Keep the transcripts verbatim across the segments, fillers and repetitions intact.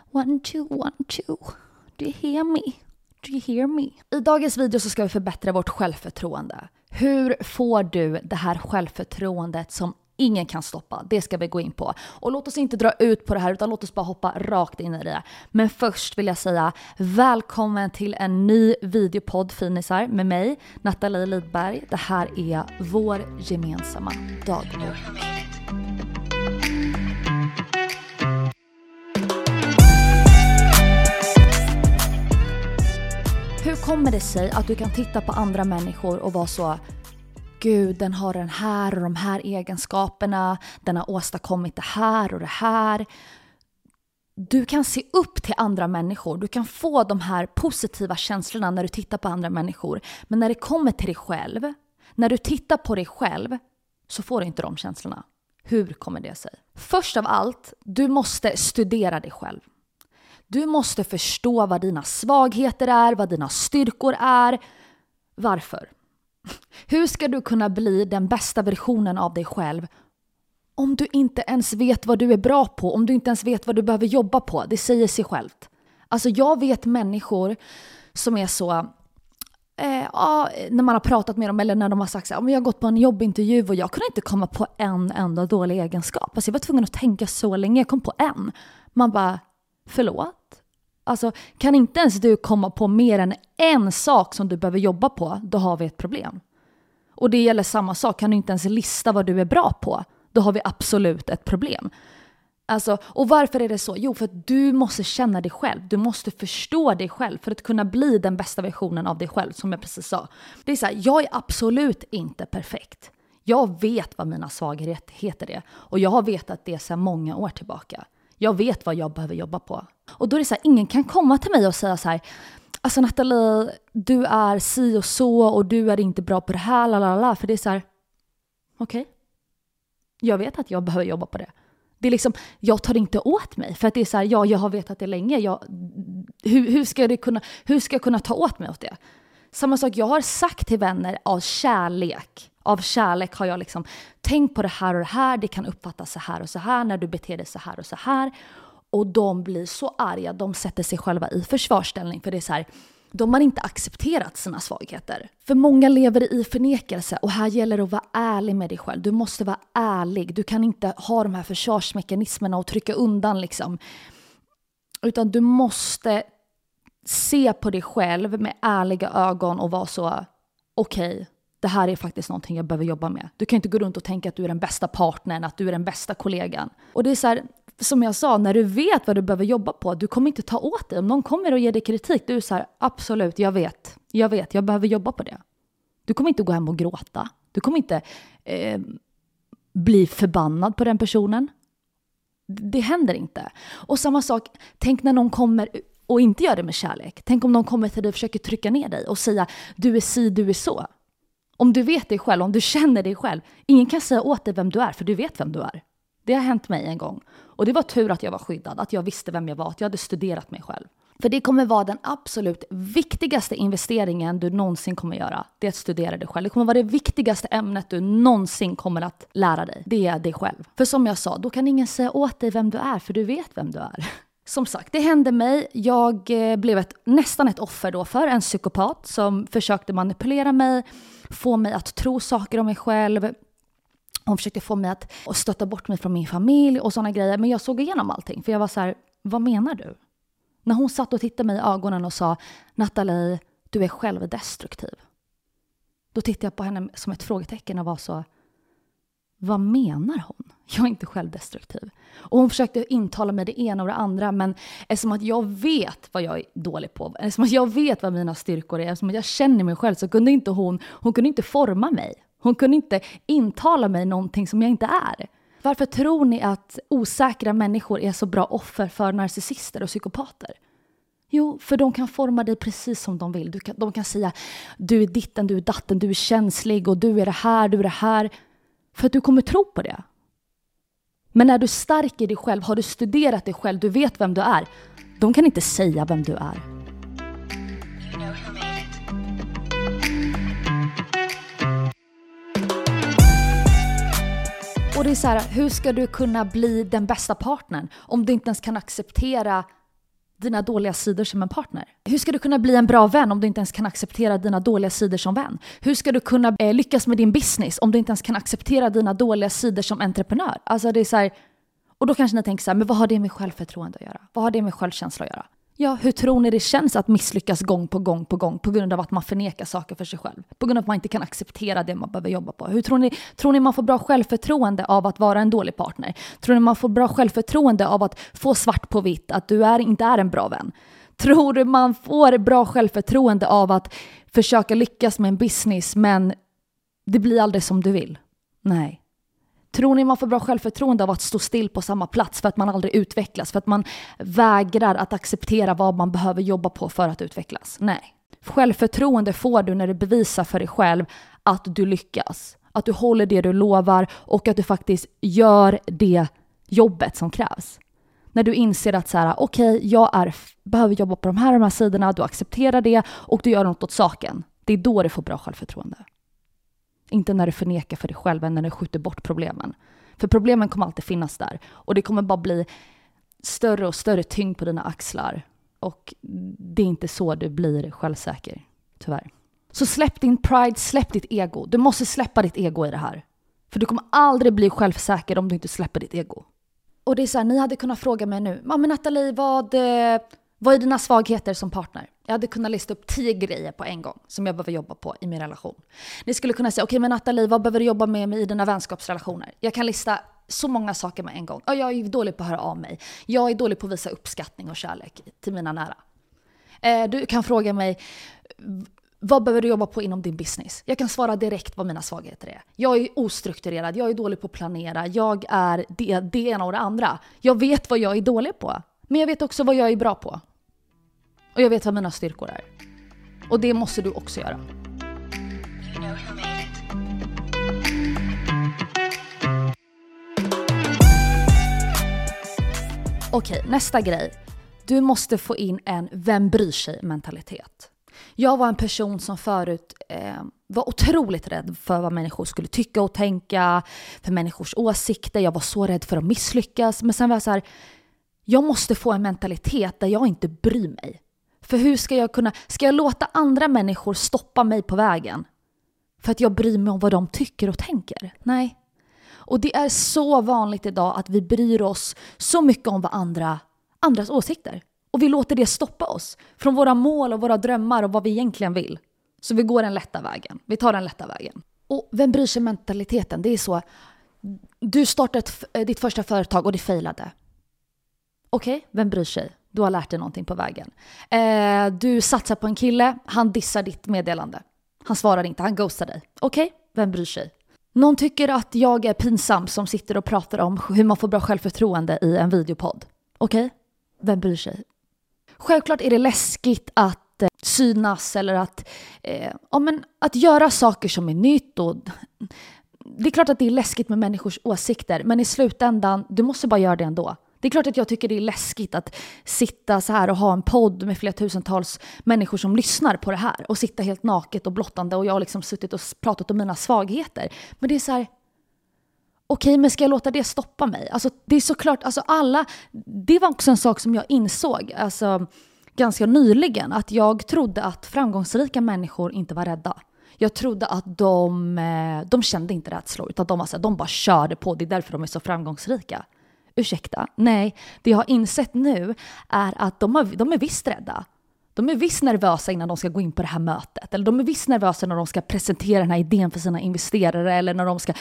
One, two, one, two. Do you hear me? Do you hear me? I dagens video så ska vi förbättra vårt självförtroende. Hur får du det här självförtroendet som ingen kan stoppa? Det ska vi gå in på. Och låt oss inte dra ut på det här utan låt oss bara hoppa rakt in i det. Men först vill jag säga välkommen till en ny videopodd finisar med mig, Nathalie Lidberg. Det här är vår gemensamma dagbok. Hur kommer det sig att du kan titta på andra människor och vara så: Gud, den har den här och de här egenskaperna, den har åstadkommit det här och det här. Du kan se upp till andra människor, du kan få de här positiva känslorna när du tittar på andra människor. Men när det kommer till dig själv, när du tittar på dig själv, så får du inte de känslorna. Hur kommer det sig? Först av allt, du måste studera dig själv. Du måste förstå vad dina svagheter är, vad dina styrkor är. Varför? Hur ska du kunna bli den bästa versionen av dig själv om du inte ens vet vad du är bra på, om du inte ens vet vad du behöver jobba på? Det säger sig självt. Alltså jag vet människor som är så, eh, ja, när man har pratat med dem eller när de har sagt så här, jag har gått på en jobbintervju och jag kunde inte komma på en enda dålig egenskap. Alltså jag var tvungen att tänka så länge, jag kom på en. Man bara, förlåt? Alltså kan inte ens du komma på mer än en sak som du behöver jobba på, då har vi ett problem. Och det gäller samma sak, kan du inte ens lista vad du är bra på, då har vi absolut ett problem. Alltså, och varför är det så? Jo, för att du måste känna dig själv, du måste förstå dig själv för att kunna bli den bästa versionen av dig själv, som jag precis sa. Det är så här, jag är absolut inte perfekt. Jag vet vad mina svagheter är och jag har vetat det sedan många år tillbaka. Jag vet vad jag behöver jobba på. Och då är det så här, ingen kan komma till mig och säga så här: alltså Nathalie, du är si och så och du är inte bra på det här, lalala. För det är så här, okej. Okay. Jag vet att jag behöver jobba på det. Det är liksom, jag tar inte åt mig. För att det är så här, ja, jag har vetat det länge. Jag, hur, hur, ska det kunna, hur ska jag kunna ta åt mig åt det? Samma sak, jag har sagt till vänner av kärlek. Av kärlek har jag liksom, tänk på det här och det här. Det kan uppfattas så här och så här när du beter dig så här och så här. Och de blir så arga, de sätter sig själva i försvarsställning. För det är så här, de har inte accepterat sina svagheter. För många lever i förnekelse och här gäller det att vara ärlig med dig själv. Du måste vara ärlig, du kan inte ha de här försvarsmekanismerna och trycka undan liksom. Utan du måste se på dig själv med ärliga ögon och vara så, okej. Okay, det här är faktiskt någonting jag behöver jobba med. Du kan inte gå runt och tänka att du är den bästa partnern, att du är den bästa kollegan. Och det är så här, som jag sa, när du vet vad du behöver jobba på, du kommer inte ta åt dig. Om någon kommer och ger dig kritik, du är så här, absolut, jag vet. Jag vet, jag behöver jobba på det. Du kommer inte gå hem och gråta. Du kommer inte eh, bli förbannad på den personen. Det händer inte. Och samma sak, tänk när någon kommer och inte gör det med kärlek. Tänk om någon kommer till dig och försöker trycka ner dig och säga, du är si, du är så. Om du vet dig själv, om du känner dig själv, ingen kan säga åt dig vem du är, för du vet vem du är. Det har hänt mig en gång. Och det var tur att jag var skyddad, att jag visste vem jag var, att jag hade studerat mig själv. För det kommer vara den absolut viktigaste investeringen du någonsin kommer göra. Det är att studera dig själv. Det kommer vara det viktigaste ämnet du någonsin kommer att lära dig. Det är dig själv. För som jag sa, då kan ingen säga åt dig vem du är, för du vet vem du är. Som sagt, det hände mig. Jag blev ett, nästan ett offer då för en psykopat som försökte manipulera mig, få mig att tro saker om mig själv. Hon försökte få mig att stötta bort mig från min familj och sådana grejer. Men jag såg igenom allting. För jag var så här, vad menar du? När hon satt och tittade mig i ögonen och sa, Nathalie, du är självdestruktiv. Då tittade jag på henne som ett frågetecken och var så, vad menar hon? Jag är inte självdestruktiv. Och hon försökte intala mig det ena och det andra. Men eftersom att jag vet vad jag är dålig på. Eftersom att jag vet vad mina styrkor är. Eftersom att jag känner mig själv, så kunde inte hon, hon kunde inte forma mig. Hon kunde inte intala mig någonting som jag inte är. Varför tror ni att osäkra människor är så bra offer för narcissister och psykopater? Jo, för de kan forma dig precis som de vill. Du kan, de kan säga, du är ditten, du är datten, du är känslig och du är det här, du är det här. För att du kommer tro på det. Men när du är stark i dig själv, har du studerat dig själv, du vet vem du är. De kan inte säga vem du är. Och det är så här, hur ska du kunna bli den bästa partnern om du inte ens kan acceptera dina dåliga sidor som en partner? Hur ska du kunna bli en bra vän om du inte ens kan acceptera dina dåliga sidor som vän? Hur ska du kunna eh, lyckas med din business om du inte ens kan acceptera dina dåliga sidor som entreprenör? Alltså det är så här, och då kanske ni tänker så här, men vad har det med självförtroende att göra? Vad har det med självkänsla att göra? Ja, hur tror ni det känns att misslyckas gång på gång på gång på grund av att man förnekar saker för sig själv? På grund av att man inte kan acceptera det man behöver jobba på. Hur tror ni, tror ni man får bra självförtroende av att vara en dålig partner? Tror ni man får bra självförtroende av att få svart på vitt att du är, inte är en bra vän? Tror du man får bra självförtroende av att försöka lyckas med en business men det blir aldrig som du vill? Nej. Tror ni man får bra självförtroende av att stå still på samma plats för att man aldrig utvecklas? För att man vägrar att acceptera vad man behöver jobba på för att utvecklas? Nej. Självförtroende får du när du bevisar för dig själv att du lyckas. Att du håller det du lovar och att du faktiskt gör det jobbet som krävs. När du inser att så här, okej, okay, jag är, behöver jobba på de här, de här sidorna, du accepterar det och du gör något åt saken. Det är då du får bra självförtroende. Inte när du förnekar för dig själv än när du skjuter bort problemen. För problemen kommer alltid finnas där. Och det kommer bara bli större och större tyngd på dina axlar. Och det är inte så du blir självsäker, tyvärr. Så släpp din pride, släpp ditt ego. Du måste släppa ditt ego i det här. För du kommer aldrig bli självsäker om du inte släpper ditt ego. Och det är så här, ni hade kunnat fråga mig nu. Men Nathalie, vad, vad är dina svagheter som partner? Jag hade kunnat lista upp tio grejer på en gång som jag behöver jobba på i min relation. Ni skulle kunna säga, okej okay, men Nathalie, vad behöver du jobba med i dina vänskapsrelationer? Jag kan lista så många saker med en gång. Och jag är dålig på att höra av mig. Jag är dålig på att visa uppskattning och kärlek till mina nära. Eh, du kan fråga mig, vad behöver du jobba på inom din business? Jag kan svara direkt vad mina svagheter är. Jag är ostrukturerad, jag är dålig på att planera. Jag är det, det ena och det andra. Jag vet vad jag är dålig på. Men jag vet också vad jag är bra på. Och jag vet vad mina styrkor är. Och det måste du också göra. Okej, nästa grej. Du måste få in en vem bryr sig mentalitet. Jag var en person som förut eh, var otroligt rädd för vad människor skulle tycka och tänka. För människors åsikter. Jag var så rädd för att misslyckas. Men sen var jag så här, jag måste få en mentalitet där jag inte bryr mig. För hur ska jag kunna, ska jag låta andra människor stoppa mig på vägen? För att jag bryr mig om vad de tycker och tänker? Nej. Och det är så vanligt idag att vi bryr oss så mycket om vad andra, andras åsikter. Och vi låter det stoppa oss från våra mål och våra drömmar och vad vi egentligen vill. Så vi går den lätta vägen. Vi tar den lätta vägen. Och vem bryr sig mentaliteten? Det är så, du startade ett, ditt första företag och det failade. Okej, okay, vem bryr sig? Du har lärt dig någonting på vägen. Eh, du satsar på en kille, han dissar ditt meddelande. Han svarar inte, han ghostar dig. Okej, okay, vem bryr sig? Någon tycker att jag är pinsam som sitter och pratar om hur man får bra självförtroende i en videopodd. Okej, okay, vem bryr sig? Självklart är det läskigt att eh, synas eller att, eh, ja, men att göra saker som är nytt. Och, det är klart att det är läskigt med människors åsikter, men i slutändan, du måste bara göra det ändå. Det är klart att jag tycker det är läskigt att sitta så här och ha en podd med flera tusentals människor som lyssnar på det här. Och sitta helt naket och blottande och jag har liksom suttit och pratat om mina svagheter. Men det är så här, okej, okay, men ska jag låta det stoppa mig? Alltså det är såklart, alltså alla, det var också en sak som jag insåg alltså, ganska nyligen. Att jag trodde att framgångsrika människor inte var rädda. Jag trodde att de, de kände inte rädslor utan de, var så här, de bara körde på, det är därför de är så framgångsrika. Ursäkta, nej. Det jag har insett nu är att de, har, de är visst rädda. De är visst nervösa innan de ska gå in på det här mötet. Eller de är visst nervösa när de ska presentera den här idén för sina investerare. Eller när de ska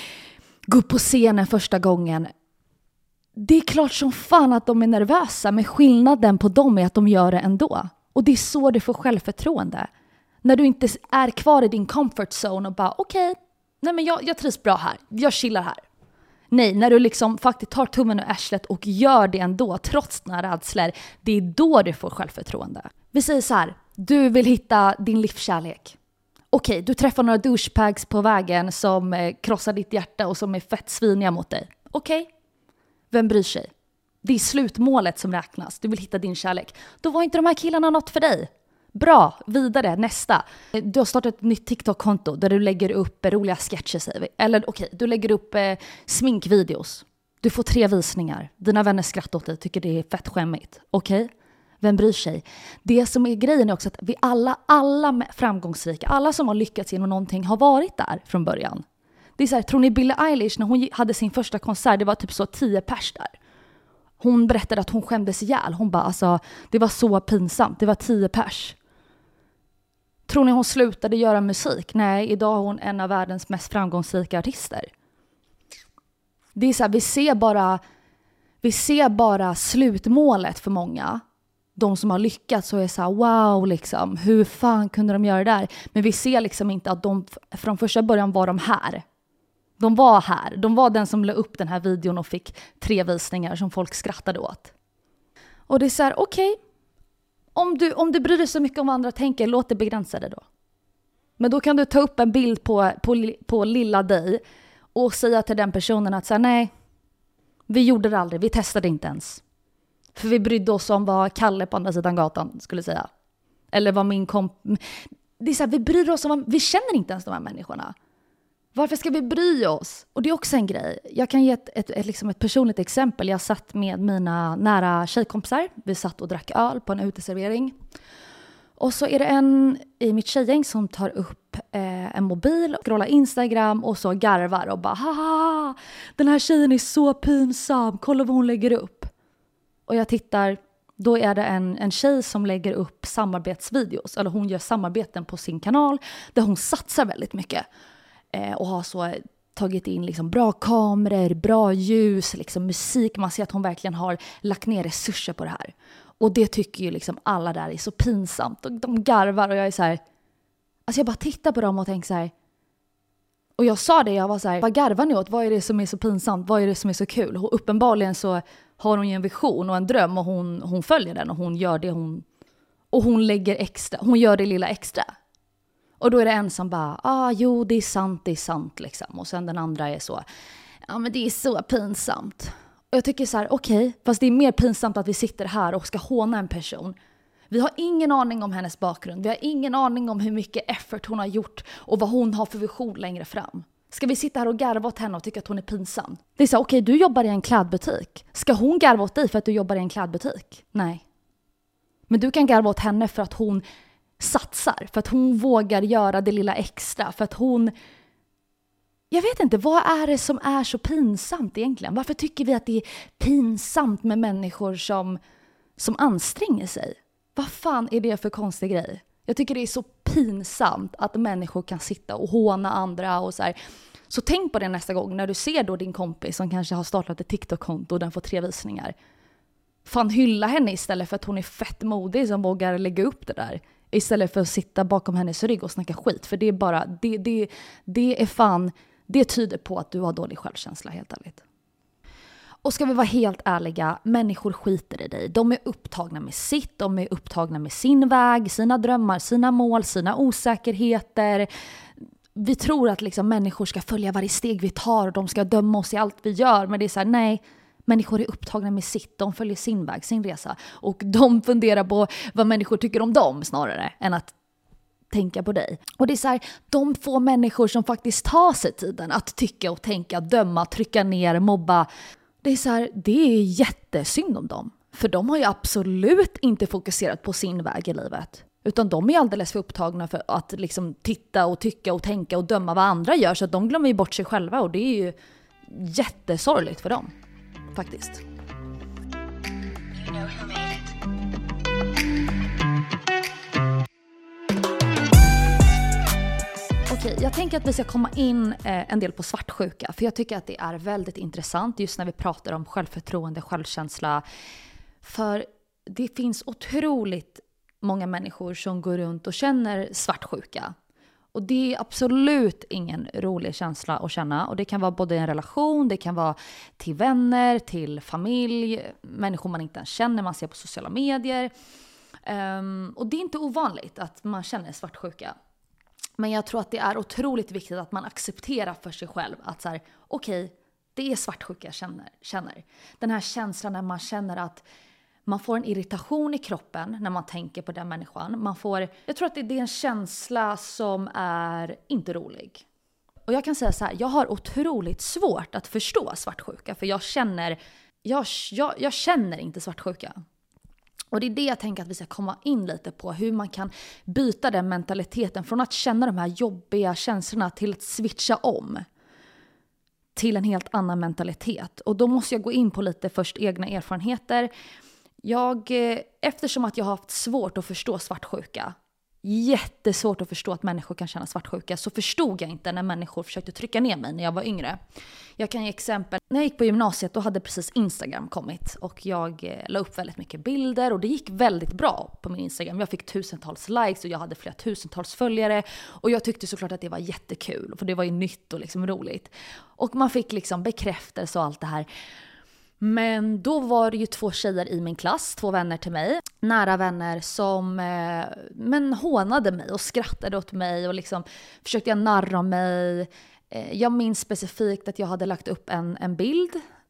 gå upp på scenen första gången. Det är klart som fan att de är nervösa. Men skillnaden på dem är att de gör det ändå. Och det är så du får självförtroende. När du inte är kvar i din comfort zone och bara okej, okay, nej men jag, jag trivs bra här. Jag chillar här. Nej, när du liksom faktiskt tar tummen ur arslet och gör det ändå trots dina rädslor, det är då du får självförtroende. Vi säger så här, du vill hitta din livskärlek. Okej, du träffar några douchebags på vägen som eh, krossar ditt hjärta och som är fett sviniga mot dig. Okej, vem bryr sig? Det är slutmålet som räknas. Du vill hitta din kärlek. Då var inte de här killarna något för dig. Bra, vidare, nästa. Du har startat ett nytt TikTok-konto där du lägger upp roliga sketcher, säger vi. Eller okej, okay, du lägger upp eh, sminkvideos. Du får tre visningar. Dina vänner skrattar åt dig, tycker det är fett skämmigt. Okej, okay? Vem bryr sig? Det som är grejen är också att vi alla, alla framgångsrika, alla som har lyckats genom någonting har varit där från början. Det är så här, tror ni Billie Eilish när hon hade sin första konsert, det var typ så tio pers där. Hon berättade att hon skämdes ihjäl. Hon bara, alltså, det var så pinsamt. Det var tio pers. Tror ni hon slutade göra musik? Nej, idag är hon en av världens mest framgångsrika artister. Det är så här, vi ser bara, vi ser bara slutmålet för många. De som har lyckats så är så här, wow, liksom, hur fan kunde de göra det där? Men vi ser liksom inte att de från första början var de här. De var här. De var den som la upp den här videon och fick tre visningar som folk skrattade åt. Och det är så här, okej. Okay, om du, om du bryr dig så mycket om vad andra tänker, låt det begränsa dig då. Men då kan du ta upp en bild på, på, på lilla dig och säga till den personen att så här, nej, vi gjorde det aldrig. Vi testade inte ens. För vi brydde oss om vad Kalle på andra sidan gatan skulle säga. Eller vad min komp... Det är så här, vi bryr oss om... Vi känner inte ens de här människorna. Varför ska vi bry oss? Och det är också en grej. Jag kan ge ett, ett, ett, liksom ett personligt exempel. Jag satt med mina nära tjejkompisar. Vi satt och drack öl på en uteservering. Och så är det en i mitt tjejgäng som tar upp eh, en mobil, scrollar Instagram och så garvar och bara haha, den här tjejen är så pinsam. Kolla vad hon lägger upp. Och jag tittar, då är det en, en tjej som lägger upp samarbetsvideos. Eller hon gör samarbeten på sin kanal där hon satsar väldigt mycket. Eh, och har så tagit in liksom bra kameror, bra ljus, liksom musik. Man ser att hon verkligen har lagt ner resurser på det här. Och det tycker ju liksom alla där är så pinsamt. Och de garvar och jag är så här... Alltså jag bara tittar på dem och tänker så här... Och jag sa det, jag var så här, vad garvar ni åt? Vad är det som är så pinsamt? Vad är det som är så kul? Och uppenbarligen så har hon ju en vision och en dröm och hon, hon följer den och hon gör det hon... Och hon lägger extra, hon gör det lilla extra. Och då är det en som bara, ah jo det är sant, det är sant liksom. Och sen den andra är så, ja men det är så pinsamt. Och jag tycker så här, okej, okay, fast det är mer pinsamt att vi sitter här och ska håna en person. Vi har ingen aning om hennes bakgrund. Vi har ingen aning om hur mycket effort hon har gjort och vad hon har för vision längre fram. Ska vi sitta här och garva åt henne och tycka att hon är pinsam? Det är så, okej, okay, du jobbar i en klädbutik. Ska hon garva åt dig för att du jobbar i en klädbutik? Nej. Men du kan garva åt henne för att hon satsar. För att hon vågar göra det lilla extra. För att hon... Jag vet inte, vad är det som är så pinsamt egentligen? Varför tycker vi att det är pinsamt med människor som, som anstränger sig? Vad fan är det för konstig grej? Jag tycker det är så pinsamt att människor kan sitta och håna andra och så här. Så tänk på det nästa gång när du ser då din kompis som kanske har startat ett TikTok-konto och den får tre visningar. Fan, hylla henne istället för att hon är fett modig som vågar lägga upp det där. Istället för att sitta bakom hennes rygg och snacka skit. För det är bara, det, det, det är fan, det tyder på att du har dålig självkänsla, helt ärligt. Och ska vi vara helt ärliga, människor skiter i dig. De är upptagna med sitt, de är upptagna med sin väg, sina drömmar, sina mål, sina osäkerheter. Vi tror att liksom människor ska följa varje steg vi tar och de ska döma oss i allt vi gör. Men det är så här, nej. Människor är upptagna med sitt, de följer sin väg, sin resa. Och de funderar på vad människor tycker om dem snarare än att tänka på dig. Och det är så här, de få människor som faktiskt tar sig tiden att tycka och tänka, döma, trycka ner, mobba. Det är så här, det är jättesynd om dem. För de har ju absolut inte fokuserat på sin väg i livet. Utan de är alldeles för upptagna för att liksom titta och tycka och tänka och döma vad andra gör. Så att de glömmer ju bort sig själva och det är ju jättesorgligt för dem. Faktiskt. Okej, jag tänker att vi ska komma in eh, en del på svartsjuka. För jag tycker att det är väldigt intressant just när vi pratar om självförtroende, självkänsla. För det finns otroligt många människor som går runt och känner svartsjuka. Och det är absolut ingen rolig känsla att känna. Och det kan vara både en relation, det kan vara till vänner, till familj, människor man inte ens känner, man ser på sociala medier. Um, och det är inte ovanligt att man känner svartsjuka. Men jag tror att det är otroligt viktigt att man accepterar för sig själv att så här, okej, okay, det är svartsjuka jag känner, känner. Den här känslan när man känner att man får en irritation i kroppen när man tänker på den människan. Man får, jag tror att det är en känsla som är inte rolig. Och jag kan säga så här, jag har otroligt svårt att förstå svartsjuka. För jag känner, jag, jag, jag känner inte svartsjuka. Och det är det jag tänker att vi ska komma in lite på. Hur man kan byta den mentaliteten från att känna de här jobbiga känslorna till att switcha om till en helt annan mentalitet. Och då måste jag gå in på lite först egna erfarenheter. Jag, eftersom att jag har haft svårt att förstå svartsjuka, jättesvårt att förstå att människor kan känna svartsjuka, så förstod jag inte när människor försökte trycka ner mig när jag var yngre. Jag kan ge exempel. När jag gick på gymnasiet då hade precis Instagram kommit och jag eh, la upp väldigt mycket bilder och det gick väldigt bra på min Instagram. Jag fick tusentals likes och jag hade flera tusentals följare och jag tyckte såklart att det var jättekul för det var ju nytt och liksom roligt. Och man fick liksom bekräftelse och allt det här. Men då var det ju två tjejer i min klass, två vänner till mig, nära vänner som eh, men hånade mig och skrattade åt mig och liksom försökte narra mig. Eh, jag minns specifikt att jag hade lagt upp en, en bild,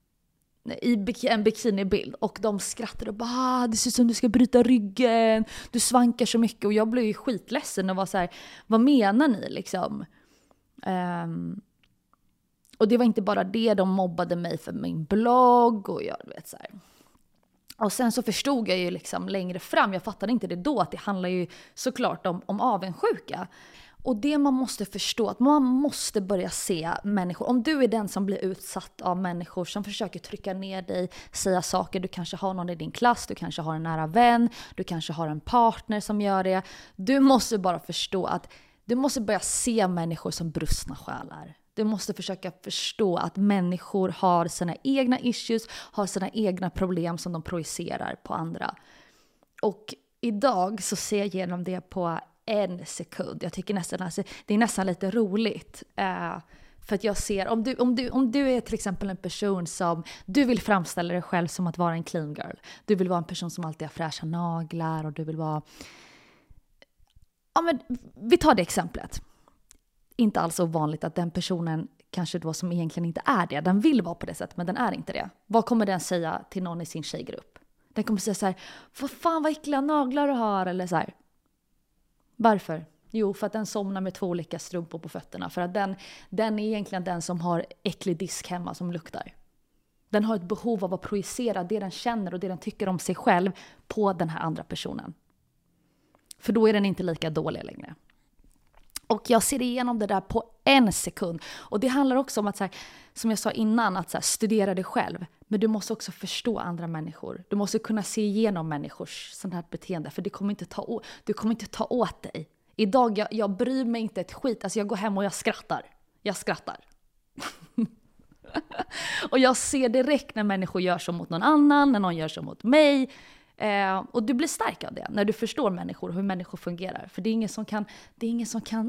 i bik- en bikinibild och de skrattade och bara ah, det ser ut som du ska bryta ryggen, du svankar så mycket och jag blev ju skitledsen och var så här, vad menar ni liksom? Um, Och det var inte bara det, de mobbade mig för min blogg och jag vet så här. Och sen så förstod jag ju liksom längre fram, jag fattade inte det då, att det handlar ju såklart om, om avundsjuka. Och det man måste förstå, att man måste börja se människor. Om du är den som blir utsatt av människor som försöker trycka ner dig, säga saker, du kanske har någon i din klass, du kanske har en nära vän, du kanske har en partner som gör det. Du måste bara förstå att du måste börja se människor som brustna själar. Du måste försöka förstå att människor har sina egna issues, har sina egna problem som de projicerar på andra. Och idag så ser jag igenom det på en sekund. Jag tycker nästan alltså, det är nästan lite roligt. Uh, för att jag ser, om du, om, du, om du är till exempel en person som, du vill framställa dig själv som att vara en clean girl. Du vill vara en person som alltid har fräscha naglar och du vill vara... Ja men vi tar det exemplet. Inte alls så vanligt att den personen kanske då som egentligen inte är det. Den vill vara på det sättet men den är inte det. Vad kommer den säga till någon i sin tjejgrupp? Den kommer säga så här, vad fan vad äckliga naglar du har eller så här. Varför? Jo, för att den somnar med två olika strumpor på fötterna. För att den, den är egentligen den som har äcklig disk hemma som luktar. Den har ett behov av att projicera det den känner och det den tycker om sig själv på den här andra personen. För då är den inte lika dålig längre. Och jag ser igenom det där på en sekund. Och det handlar också om att, så här, som jag sa innan, att så här, studera dig själv. Men du måste också förstå andra människor. Du måste kunna se igenom människors sånt här beteende. För det kommer inte ta å- du kommer inte ta åt dig. Idag, jag, jag bryr mig inte ett skit. Alltså jag går hem och jag skrattar. Jag skrattar. Och jag ser direkt när människor gör så mot någon annan. När någon gör så mot mig. Eh, och du blir stark av det när du förstår människor och hur människor fungerar. För det är ingen som kan, det är ingen som kan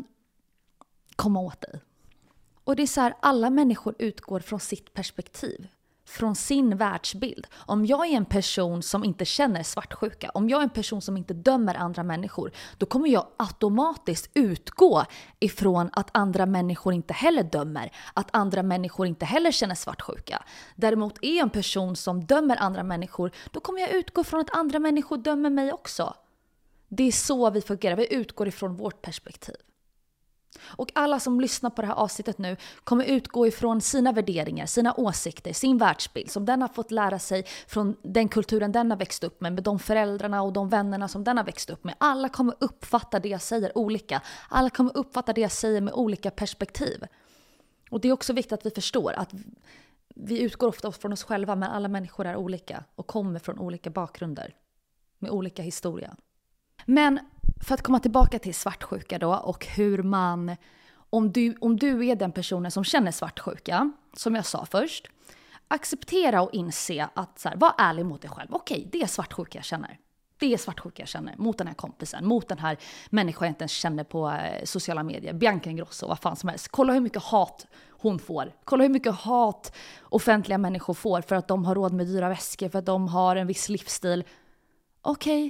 komma åt dig. Och det är så här, alla människor utgår från sitt perspektiv. Från sin världsbild. Om jag är en person som inte känner svartsjuka, om jag är en person som inte dömer andra människor, då kommer jag automatiskt utgå ifrån att andra människor inte heller dömer, att andra människor inte heller känner svartsjuka. Däremot är jag en person som dömer andra människor, då kommer jag utgå från att andra människor dömer mig också. Det är så vi fungerar, vi utgår ifrån vårt perspektiv. Och alla som lyssnar på det här avsnittet nu kommer utgå ifrån sina värderingar, sina åsikter, sin världsbild som den har fått lära sig från den kulturen den har växt upp med, med de föräldrarna och de vännerna som den har växt upp med. Alla kommer uppfatta det jag säger olika. Alla kommer uppfatta det jag säger med olika perspektiv. Och det är också viktigt att vi förstår att vi utgår ofta från oss själva, men alla människor är olika och kommer från olika bakgrunder med olika historia. Men för att komma tillbaka till svartsjuka då och hur man, om du, om du är den personen som känner svartsjuka, som jag sa först, acceptera och inse att så här, var ärlig mot dig själv. Okej, det är svartsjuka jag känner. Det är svartsjuka jag känner mot den här kompisen, mot den här människan jag inte ens känner på eh, sociala medier, Bianca Ingrosso, vad fan som helst. Kolla hur mycket hat hon får. Kolla hur mycket hat offentliga människor får för att de har råd med dyra väskor, för att de har en viss livsstil. Okej.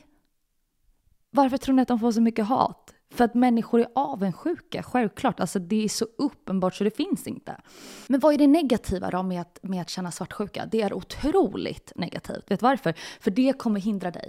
Varför tror ni att de får så mycket hat? För att människor är avundsjuka, självklart. Alltså det är så uppenbart så det finns inte. Men vad är det negativa då med att, med att känna svartsjuka? Det är otroligt negativt. Vet du varför? För det kommer hindra dig.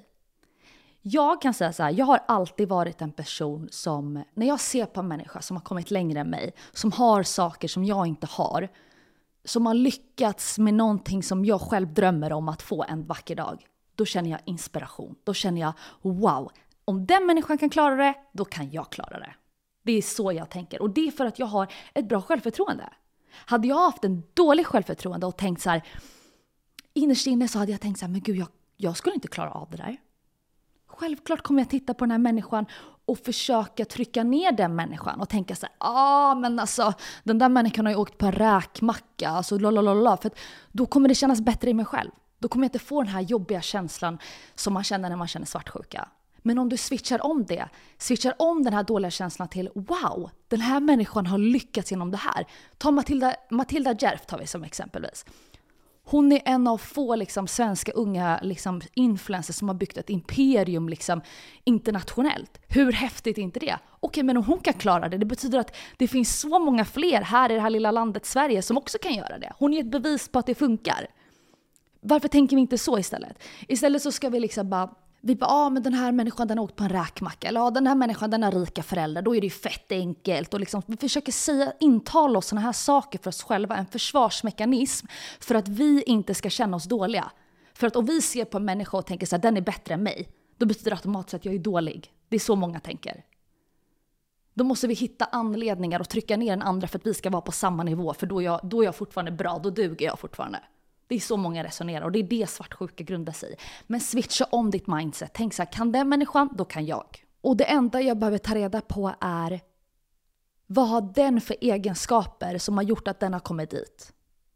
Jag kan säga så här, jag har alltid varit en person som, när jag ser på en människa som har kommit längre än mig, som har saker som jag inte har, som har lyckats med någonting som jag själv drömmer om att få en vacker dag. då känner jag inspiration. Då känner jag, wow, om den människan kan klara det, då kan jag klara det. Det är så jag tänker. Och det är för att jag har ett bra självförtroende. Hade jag haft en dålig självförtroende och tänkt så här, innerst inne så hade jag tänkt så här, men gud, jag, jag skulle inte klara av det där. Självklart kommer jag titta på den här människan och försöka trycka ner den människan och tänka så här, ah, men alltså, den där människan har ju åkt på en räkmacka, alltså lalalala, för att då kommer det kännas bättre i mig själv. Då kommer jag inte få den här jobbiga känslan som man känner när man känner svartsjuka. Men om du switchar om det, switchar om den här dåliga känslan till, wow, den här människan har lyckats genom det här. Ta Matilda, Matilda Djerf tar vi som exempelvis. Hon är en av få liksom, svenska unga liksom, influencers som har byggt ett imperium liksom, internationellt. Hur häftigt är inte det? Okej, men om hon kan klara det, det betyder att det finns så många fler här i det här lilla landet Sverige som också kan göra det. Hon är ett bevis på att det funkar. Varför tänker vi inte så istället? Istället så ska vi liksom bara, vi bara, ja ah, men den här människan den har åkt på en räkmacka. Eller ja, ah, den här människan den har rika föräldrar. Då är det ju fett enkelt. Och liksom, vi försöker säga, intala oss såna här saker för oss själva. En försvarsmekanism för att vi inte ska känna oss dåliga. För att om vi ser på en människa och tänker så här, den är bättre än mig. Då betyder det automatiskt att jag är dålig. Det är så många tänker. Då måste vi hitta anledningar och trycka ner den andra för att vi ska vara på samma nivå. För då är jag, då är jag fortfarande bra, då duger jag fortfarande. Det är så många resonerar och det är det svartsjuka grundar sig i. Men switcha om ditt mindset. Tänk så här, kan den människan, då kan jag. Och det enda jag behöver ta reda på är, vad har den för egenskaper som har gjort att den har kommit dit?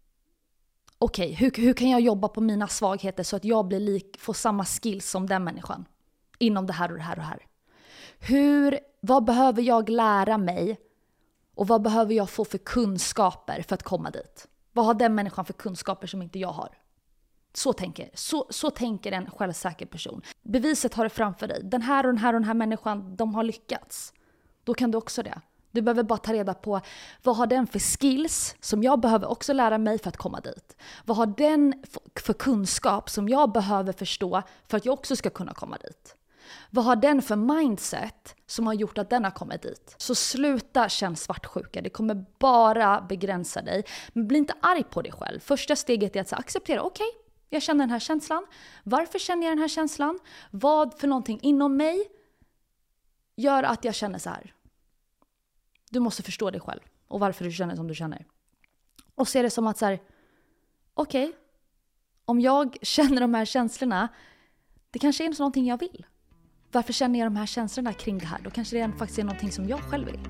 Okej, okay, hur, hur kan jag jobba på mina svagheter så att jag blir lik, får samma skills som den människan? Inom det här och det här och det här. Hur, vad behöver jag lära mig? Och vad behöver jag få för kunskaper för att komma dit? Vad har den människan för kunskaper som inte jag har? Så tänker, så, så tänker en självsäker person. Beviset har du framför dig. Den här och den här och den här människan, de har lyckats. Då kan du också det. Du behöver bara ta reda på, vad har den för skills som jag behöver också lära mig för att komma dit? Vad har den för kunskap som jag behöver förstå för att jag också ska kunna komma dit? Vad har den för mindset som har gjort att den har kommit dit? Så sluta känna svartsjuka. Det kommer bara begränsa dig. Men bli inte arg på dig själv. Första steget är att acceptera. Okej, okay, jag känner den här känslan. Varför känner jag den här känslan? Vad för någonting inom mig gör att jag känner så här? Du måste förstå dig själv. Och varför du känner som du känner. Och se det som att så här, okej, okay, om jag känner de här känslorna, det kanske är någonting jag vill. Varför känner jag de här känslorna kring det här? Då kanske det faktiskt är någonting som jag själv vill.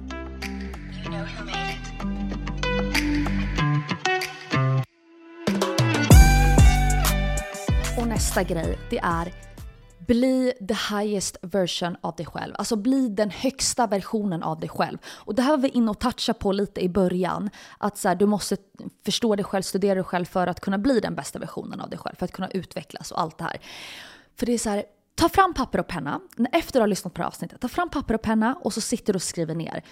Och nästa grej, det är bli the highest version av dig själv. Alltså bli den högsta versionen av dig själv. Och det här var vi inne och toucha på lite i början. Att så här, du måste förstå dig själv, studera dig själv för att kunna bli den bästa versionen av dig själv. För att kunna utvecklas och allt det här. För det är så här, ta fram papper och penna. Efter att ha lyssnat på det här avsnittet. Ta fram papper och penna och så sitter du och skriver ner.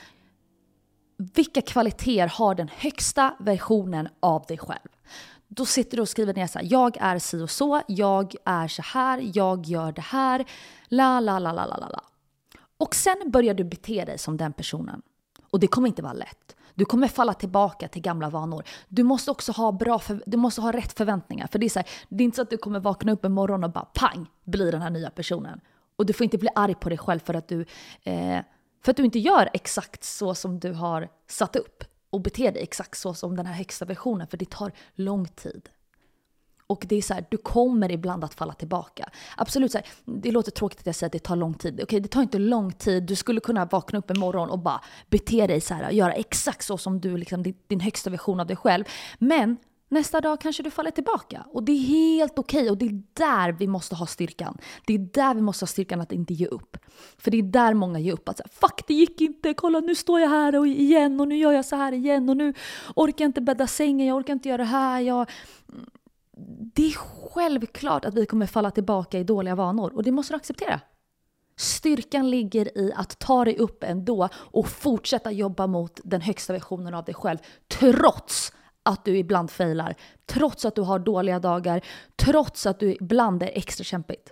Vilka kvaliteter har den högsta versionen av dig själv? Då sitter du och skriver ner så här. Jag är si och så. Jag är så här. Jag gör det här. La la la la la la. Och sen börjar du bete dig som den personen. Och det kommer inte vara lätt. Du kommer falla tillbaka till gamla vanor. Du måste också ha bra för, du måste ha rätt förväntningar. För det är så här, det är inte så att du kommer vakna upp en morgon och bara pang, bli den här nya personen. Och du får inte bli arg på dig själv för att du, eh, för att du inte gör exakt så som du har satt upp. Och beter dig exakt så som den här högsta versionen. För det tar lång tid. Och det är så här, du kommer ibland att falla tillbaka. Absolut så här, det låter tråkigt att jag säger att det tar lång tid. Okej, det tar inte lång tid. Du skulle kunna vakna upp en morgon och bara bete dig så här. Göra exakt så som du, liksom, din, din högsta version av dig själv. Men nästa dag kanske du faller tillbaka. Och det är helt okej. Och det är där vi måste ha styrkan. Det är där vi måste ha styrkan att inte ge upp. För det är där många ger upp. Att säga, fuck, det gick inte. Kolla, nu står jag här och igen. Och nu gör jag så här igen. Och nu orkar jag inte bädda sängen. Jag orkar inte göra det här. Jag... Det är självklart att vi kommer falla tillbaka i dåliga vanor. Och det måste du acceptera. Styrkan ligger i att ta dig upp ändå och fortsätta jobba mot den högsta versionen av dig själv. Trots att du ibland failar. Trots att du har dåliga dagar. Trots att du ibland är extra kämpigt.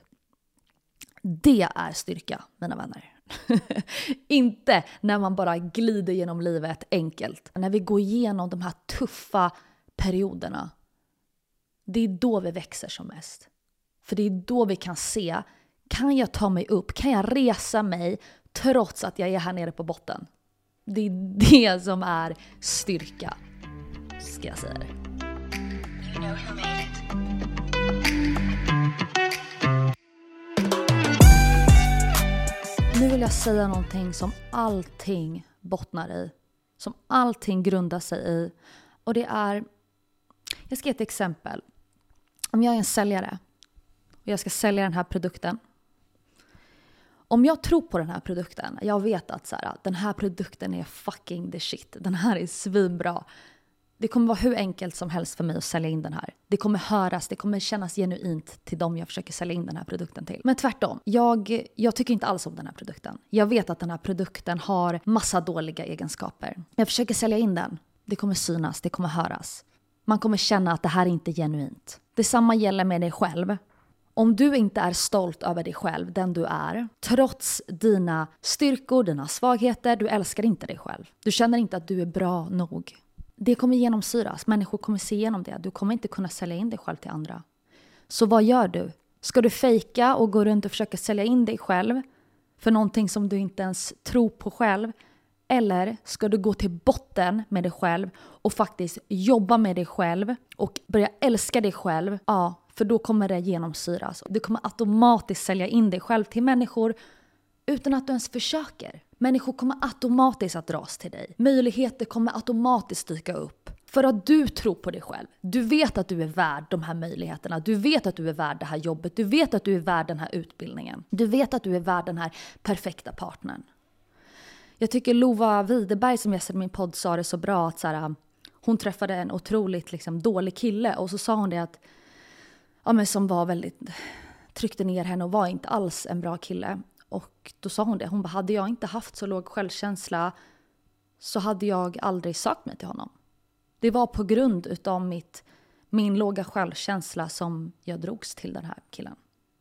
Det är styrka, mina vänner. Inte när man bara glider genom livet enkelt. När vi går igenom de här tuffa perioderna. Det är då vi växer som mest. För det är då vi kan se, kan jag ta mig upp? Kan jag resa mig trots att jag är här nere på botten? Det är det som är styrka, ska jag säga det. You know who made it. Nu vill jag säga någonting som allting bottnar i. Som allting grundar sig i. Och det är, jag ska ge ett exempel. Om jag är en säljare och jag ska sälja den här produkten. Om jag tror på den här produkten, jag vet att så här, den här produkten är fucking the shit. Den här är svinbra. Det kommer vara hur enkelt som helst för mig att sälja in den här. Det kommer höras, det kommer kännas genuint till dem jag försöker sälja in den här produkten till. Men tvärtom, jag, jag tycker inte alls om den här produkten. Jag vet att den här produkten har massa dåliga egenskaper. Jag försöker sälja in den. Det kommer synas, det kommer höras. Man kommer känna att det här är inte genuint. Detsamma gäller med dig själv. Om du inte är stolt över dig själv, den du är, trots dina styrkor, dina svagheter, du älskar inte dig själv. Du känner inte att du är bra nog. Det kommer genomsyras. Människor kommer se igenom det. Du kommer inte kunna sälja in dig själv till andra. Så vad gör du? Ska du fejka och gå runt och försöka sälja in dig själv för någonting som du inte ens tror på själv? Eller ska du gå till botten med dig själv och faktiskt jobba med dig själv och börja älska dig själv? Ja, för då kommer det genomsyras. Du kommer automatiskt sälja in dig själv till människor utan att du ens försöker. Människor kommer automatiskt att dras till dig. Möjligheter kommer automatiskt dyka upp. För att du tror på dig själv. Du vet att du är värd de här möjligheterna. Du vet att du är värd det här jobbet. Du vet att du är värd den här utbildningen. Du vet att du är värd den här perfekta partnern. Jag tycker Lova Widerberg som gästade min podd sa det så bra. Att så här, hon träffade en otroligt liksom, dålig kille. Och så sa hon det att ja, men som var väldigt, tryckte ner henne och var inte alls en bra kille. Och då sa hon det. Hon bara, hade jag inte haft så låg självkänsla så hade jag aldrig sökt mig till honom. Det var på grund utav mitt, min låga självkänsla som jag drogs till den här killen.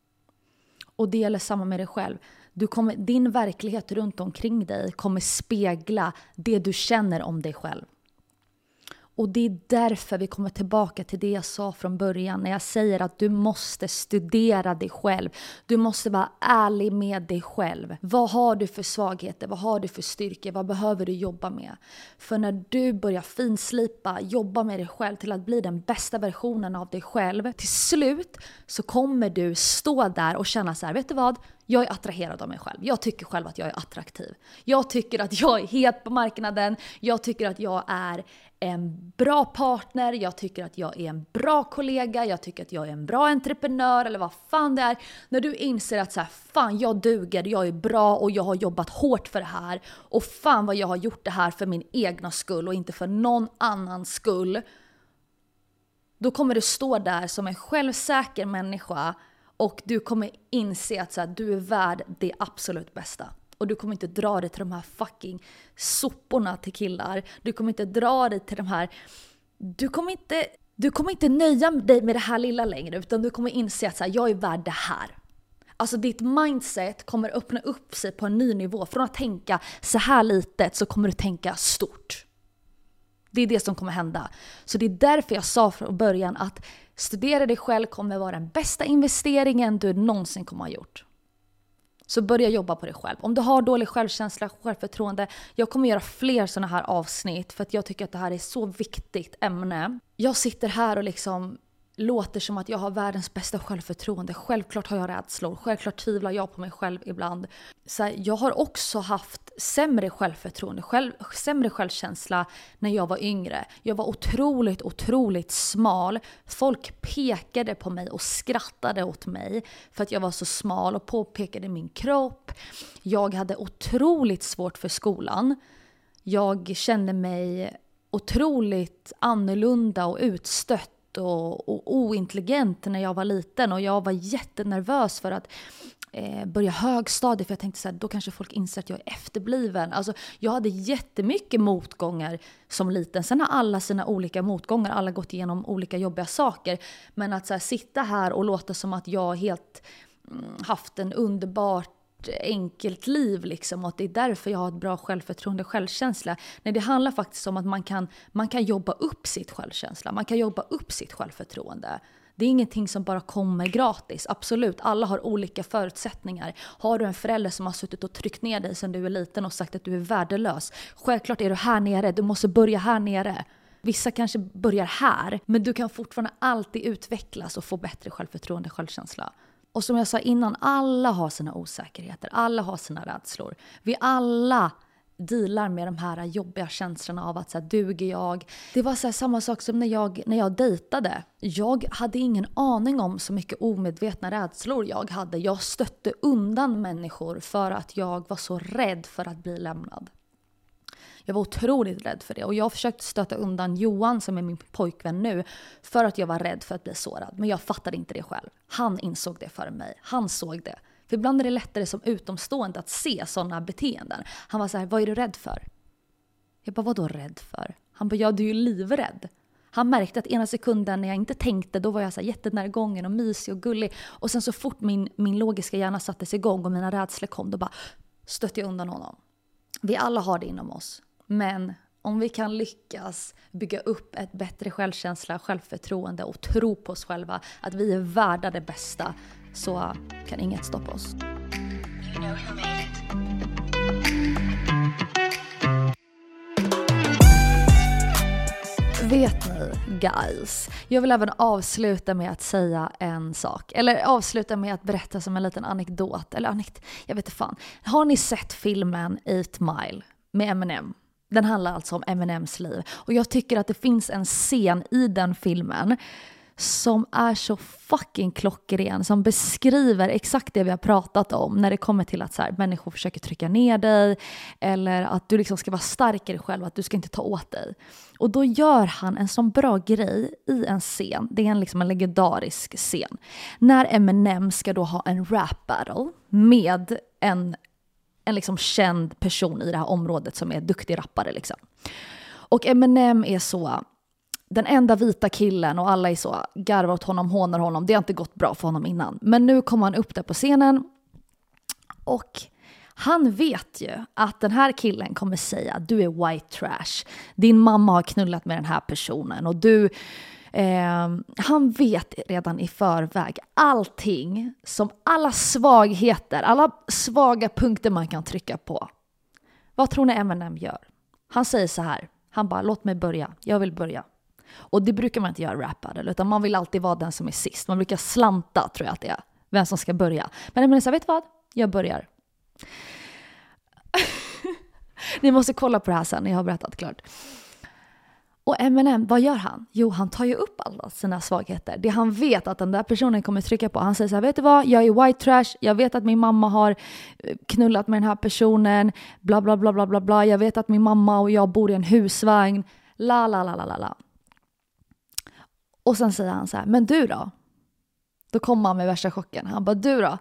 Och det gäller samma med dig själv. Du kommer, din verklighet runt omkring dig kommer spegla det du känner om dig själv. Och det är därför vi kommer tillbaka till det jag sa från början. När jag säger att du måste studera dig själv. Du måste vara ärlig med dig själv. Vad har du för svagheter? Vad har du för styrkor? Vad behöver du jobba med? För när du börjar finslipa, jobba med dig själv till att bli den bästa versionen av dig själv. Till slut så kommer du stå där och känna så här, vet du vad? Jag är attraherad av mig själv. Jag tycker själv att jag är attraktiv. Jag tycker att jag är het på marknaden. Jag tycker att jag är en bra partner. Jag tycker att jag är en bra kollega. Jag tycker att jag är en bra entreprenör. Eller vad fan det är. När du inser att så här, fan jag duger. Jag är bra och jag har jobbat hårt för det här. Och fan vad jag har gjort det här för min egna skull och inte för någon annans skull. Då kommer du stå där som en självsäker människa. Och du kommer inse att så här, du är värd det absolut bästa. Och du kommer inte dra dig till de här fucking soporna till killar. Du kommer inte dra dig till de här... Du kommer inte, du kommer inte nöja dig med det här lilla längre. Utan du kommer inse att så här, jag är värd det här. Alltså ditt mindset kommer öppna upp sig på en ny nivå. Från att tänka så här litet så kommer du tänka stort. Det är det som kommer hända. Så det är därför jag sa från början att studera dig själv kommer vara den bästa investeringen du någonsin kommer ha gjort. Så börja jobba på dig själv. Om du har dålig självkänsla, självförtroende. Jag kommer göra fler sådana här avsnitt för att jag tycker att det här är så viktigt ämne. Jag sitter här och liksom låter som att jag har världens bästa självförtroende. Självklart har jag rädslor. Självklart tvivlar jag på mig själv ibland. Så här, jag har också haft sämre självförtroende, själv, sämre självkänsla när jag var yngre. Jag var otroligt, otroligt smal. Folk pekade på mig och skrattade åt mig för att jag var så smal och påpekade min kropp. Jag hade otroligt svårt för skolan. Jag kände mig otroligt annorlunda och utstött och, och ointelligent när jag var liten. Och jag var jättenervös för att eh, börja högstadiet. För jag tänkte så här, då kanske folk inser att jag är efterbliven. Alltså, jag hade jättemycket motgångar som liten. Sen har alla sina olika motgångar. Alla gått igenom olika jobbiga saker. Men att så här, sitta här och låta som att jag helt mm, haft en underbart enkelt liv liksom, och att det är därför jag har ett bra självförtroende och självkänsla. Nej, det handlar faktiskt om att man kan, man kan jobba upp sitt självkänsla, man kan jobba upp sitt självförtroende. Det är ingenting som bara kommer gratis. Absolut, alla har olika förutsättningar. Har du en förälder som har suttit och tryckt ner dig sedan du är liten och sagt att du är värdelös. Självklart är du här nere, du måste börja här nere. Vissa kanske börjar här, men du kan fortfarande alltid utvecklas och få bättre självförtroende, självkänsla. Och som jag sa innan, alla har sina osäkerheter, alla har sina rädslor. Vi alla dealar med de här jobbiga känslorna av att så här, duger jag. Det var så här, samma sak som när jag, när jag dejtade. Jag hade ingen aning om så mycket omedvetna rädslor jag hade. Jag stötte undan människor för att jag var så rädd för att bli lämnad. Jag var otroligt rädd för det. Och jag försökte stöta undan Johan som är min pojkvän nu. För att jag var rädd för att bli sårad. Men jag fattade inte det själv. Han insåg det för mig. Han såg det. För ibland är det lättare som utomstående att se sådana beteenden. Han var så här, vad är du rädd för? Jag bara, vad då rädd för? Han bara, ja du är ju livrädd. Han märkte att ena sekunden när jag inte tänkte, då var jag så här jättenärgången och mysig och gullig. Och sen så fort min, min logiska hjärna sattes igång och mina rädslor kom, då bara stötte jag undan honom. Vi alla har det inom oss. Men om vi kan lyckas bygga upp ett bättre självkänsla, självförtroende och tro på oss själva, att vi är värda det bästa, så kan inget stoppa oss. Vet ni, guys, jag vill även avsluta med att säga en sak. Eller avsluta med att berätta som en liten anekdot. Eller anekdot, jag vet inte fan. Har ni sett filmen eight mile med Eminem? Den handlar alltså om Eminems liv. Och jag tycker att det finns en scen i den filmen som är så fucking klockren, som beskriver exakt det vi har pratat om när det kommer till att så här, människor försöker trycka ner dig eller att du liksom ska vara stark i dig själv, att du ska inte ta åt dig. Och då gör han en sån bra grej i en scen. Det är en, liksom en legendarisk scen. När Eminem ska då ha en rap battle med en, en liksom känd person i det här området som är duktig rappare. Liksom. Och Eminem är så... den enda vita killen och alla är så garvar åt honom, hånar honom. Det har inte gått bra för honom innan. Men nu kommer han upp där på scenen och han vet ju att den här killen kommer säga du är white trash. Din mamma har knullat med den här personen och du... Eh, han vet redan i förväg allting som alla svagheter, alla svaga punkter man kan trycka på. Vad tror ni Eminem gör? Han säger så här. Han bara, låt mig börja. Jag vill börja. Och det brukar man inte göra rap battle, utan man vill alltid vara den som är sist. Man brukar slanta, tror jag att det är, vem som ska börja. Men jag menar så här, vet du vad? Jag börjar. Ni måste kolla på det här sen när jag har berättat klart. Och Eminem, vad gör han? Jo, han tar ju upp alla sina svagheter. Det han vet att den där personen kommer trycka på. Han säger så här, vet du vad? Jag är white trash. Jag vet att min mamma har knullat med den här personen. Bla, bla, bla, bla, bla, bla. Jag vet att min mamma och jag bor i en husvagn. La, la, la, la, la, la. Och sen säger han så här, men du då? Då kommer han med värsta chocken. Han bara, du då?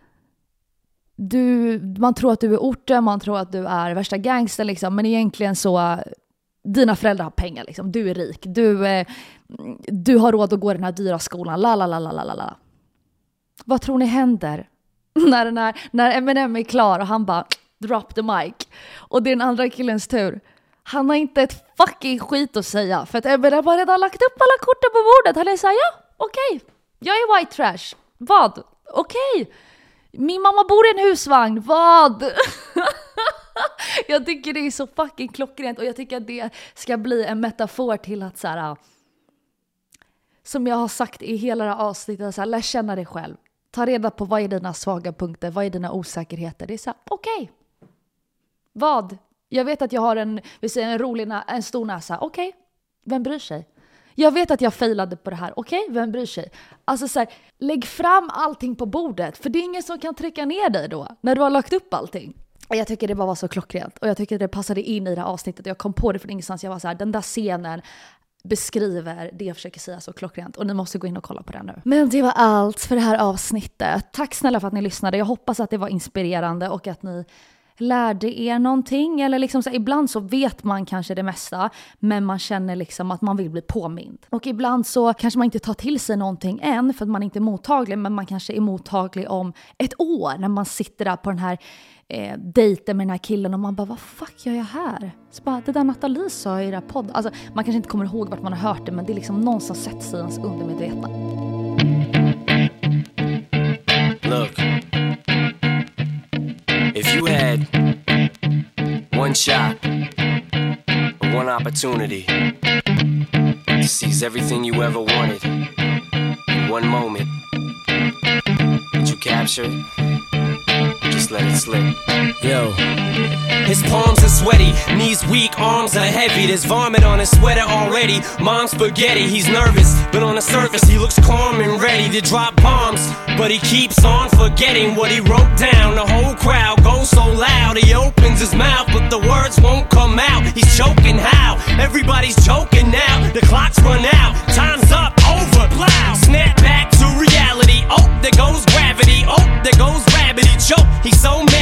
Du, man tror att du är orten, man tror att du är värsta gangster liksom. Men egentligen så... dina föräldrar har pengar liksom. Du är rik. Du, eh, du har råd att gå i den här dyra skolan. La, la, la, la, la, la. Vad tror ni händer när, den här, när Eminem är klar och han bara drop the mic. Och det är den andra killens tur. Han har inte ett fucking skit att säga. För att Eminem har redan lagt upp alla korten på bordet. Han är såhär, ja, okej. Okay. Jag är white trash. Vad? Okej. Okay. Min mamma bor i en husvagn. Vad? Jag tycker det är så fucking klockrent. Och jag tycker att det ska bli en metafor till att så här, som jag har sagt i hela det här avsnittet, så här, lär känna dig själv. Ta reda på vad är dina svaga punkter, vad är dina osäkerheter. Det är så här, okej. Okay. Vad? Jag vet att jag har en, vi säger en rolig, en stor näsa. Okej, okay. Vem bryr sig? Jag vet att jag failade på det här. Okej, okay. Vem bryr sig? Alltså så här, lägg fram allting på bordet. För det är ingen som kan trycka ner dig då, när du har lagt upp allting. Jag tycker det bara var så klockrent. Och jag tycker det passade in i det här avsnittet. Jag kom på det från ingenstans. Jag var så här, den där scenen beskriver det jag försöker säga så klockrent. Och ni måste gå in och kolla på den nu. Men det var allt för det här avsnittet. Tack snälla för att ni lyssnade. Jag hoppas att det var inspirerande och att ni lärde er någonting. Eller liksom så här, ibland så vet man kanske det mesta, men man känner liksom att man vill bli påmind. Och ibland så kanske man inte tar till sig någonting än för att man inte är mottaglig, men man kanske är mottaglig om ett år när man sitter där på den här eh, dejten med den här killen och man bara, vad fuck gör jag här? Så bara, det där Nathalie sa i den här podden. Alltså man kanske inte kommer ihåg vart man har hört det, men det är liksom någon som sätter sig i ens undermedvetna. Look, if you had one shot, or one opportunity to seize everything you ever wanted in one moment, would you capture it? Just let it slip. Yo. His palms are sweaty, knees weak, arms are heavy. There's vomit on his sweater already. Mom's spaghetti, he's nervous, but on the surface he looks calm and ready to drop bombs. But he keeps on forgetting what he wrote down. The whole crowd goes so loud, he opens his mouth, but the words won't come out. He's choking how? Everybody's joking now. The clock's run out, time's up, over, plow. Snap back to reality, oh, there goes gravity. Oh, there goes gravity, choke, he's so mad.